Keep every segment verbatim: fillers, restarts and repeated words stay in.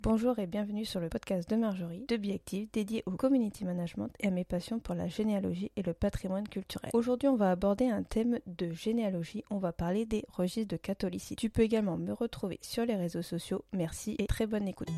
Bonjour et bienvenue sur le podcast de Marjorie, de Biactive, dédié au community management et à mes passions pour la généalogie et le patrimoine culturel. Aujourd'hui, on va aborder un thème de généalogie, on va parler des registres de catholicité. Tu peux également me retrouver sur les réseaux sociaux. Merci et très bonne écoute.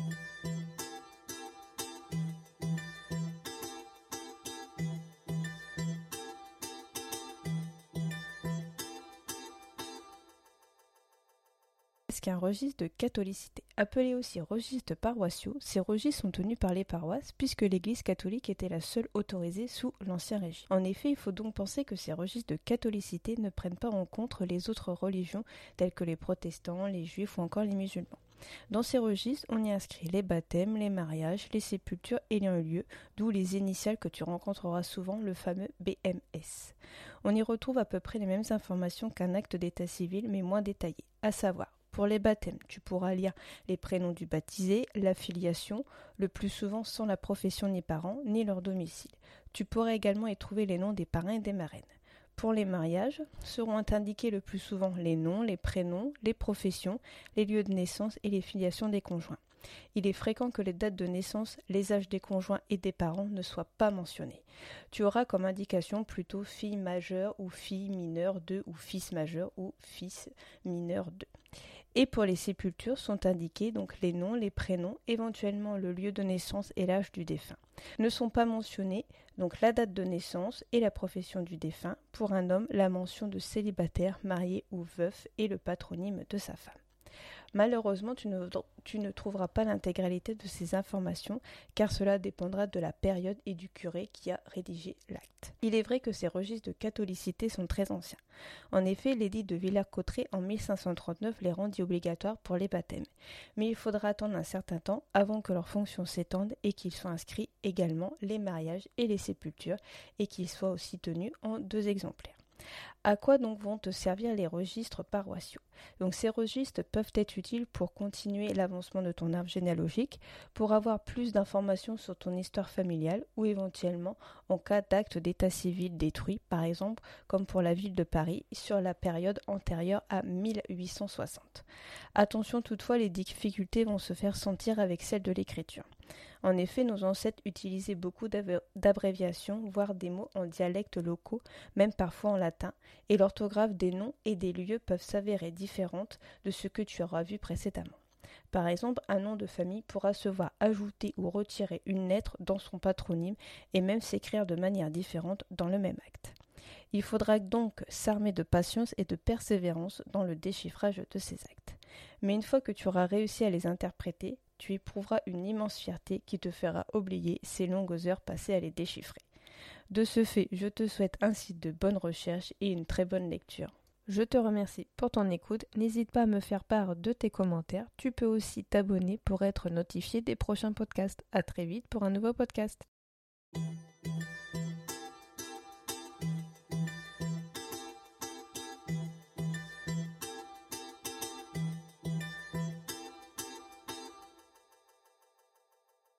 Qu'est-ce qu'un registre de catholicité? Appelé aussi registres paroissiaux, ces registres sont tenus par les paroisses puisque l'Église catholique était la seule autorisée sous l'Ancien Régime. En effet, il faut donc penser que ces registres de catholicité ne prennent pas en compte les autres religions telles que les protestants, les juifs ou encore les musulmans. Dans ces registres, on y inscrit les baptêmes, les mariages, les sépultures ayant eu lieu, d'où les initiales que tu rencontreras souvent, le fameux B M S. On y retrouve à peu près les mêmes informations qu'un acte d'état civil mais moins détaillées, à savoir pour les baptêmes, tu pourras lire les prénoms du baptisé, la filiation, le plus souvent sans la profession ni parents, ni leur domicile. Tu pourras également y trouver les noms des parrains et des marraines. Pour les mariages, seront indiqués le plus souvent les noms, les prénoms, les professions, les lieux de naissance et les filiations des conjoints. Il est fréquent que les dates de naissance, les âges des conjoints et des parents ne soient pas mentionnés. Tu auras comme indication plutôt fille majeure ou fille mineure de ou fils majeur ou fils mineur de. Et pour les sépultures sont indiqués donc les noms, les prénoms, éventuellement le lieu de naissance et l'âge du défunt. Ne sont pas mentionnés donc la date de naissance et la profession du défunt. Pour un homme, la mention de célibataire, marié ou veuf et le patronyme de sa femme. Malheureusement, tu ne, tu ne trouveras pas l'intégralité de ces informations car cela dépendra de la période et du curé qui a rédigé l'acte. Il est vrai que ces registres de catholicité sont très anciens. En effet, l'édit de Villers-Cotterêts en mille cinq cent trente-neuf les rendit obligatoires pour les baptêmes. Mais il faudra attendre un certain temps avant que leurs fonctions s'étendent et qu'ils soient inscrits également les mariages et les sépultures et qu'ils soient aussi tenus en deux exemplaires. À quoi donc vont te servir les registres paroissiaux? Donc ces registres peuvent être utiles pour continuer l'avancement de ton arbre généalogique, pour avoir plus d'informations sur ton histoire familiale ou éventuellement en cas d'acte d'état civil détruit, par exemple comme pour la ville de Paris sur la période antérieure à mille huit cent soixante. Attention toutefois, les difficultés vont se faire sentir avec celles de l'écriture. En effet, nos ancêtres utilisaient beaucoup d'abréviations, voire des mots en dialectes locaux, même parfois en latin, et l'orthographe des noms et des lieux peuvent s'avérer différentes de ce que tu auras vu précédemment. Par exemple, un nom de famille pourra se voir ajouter ou retirer une lettre dans son patronyme et même s'écrire de manière différente dans le même acte. Il faudra donc s'armer de patience et de persévérance dans le déchiffrage de ces actes. Mais une fois que tu auras réussi à les interpréter, tu éprouveras une immense fierté qui te fera oublier ces longues heures passées à les déchiffrer. De ce fait, je te souhaite ainsi de bonnes recherches et une très bonne lecture. Je te remercie pour ton écoute, n'hésite pas à me faire part de tes commentaires, tu peux aussi t'abonner pour être notifié des prochains podcasts. À très vite pour un nouveau podcast.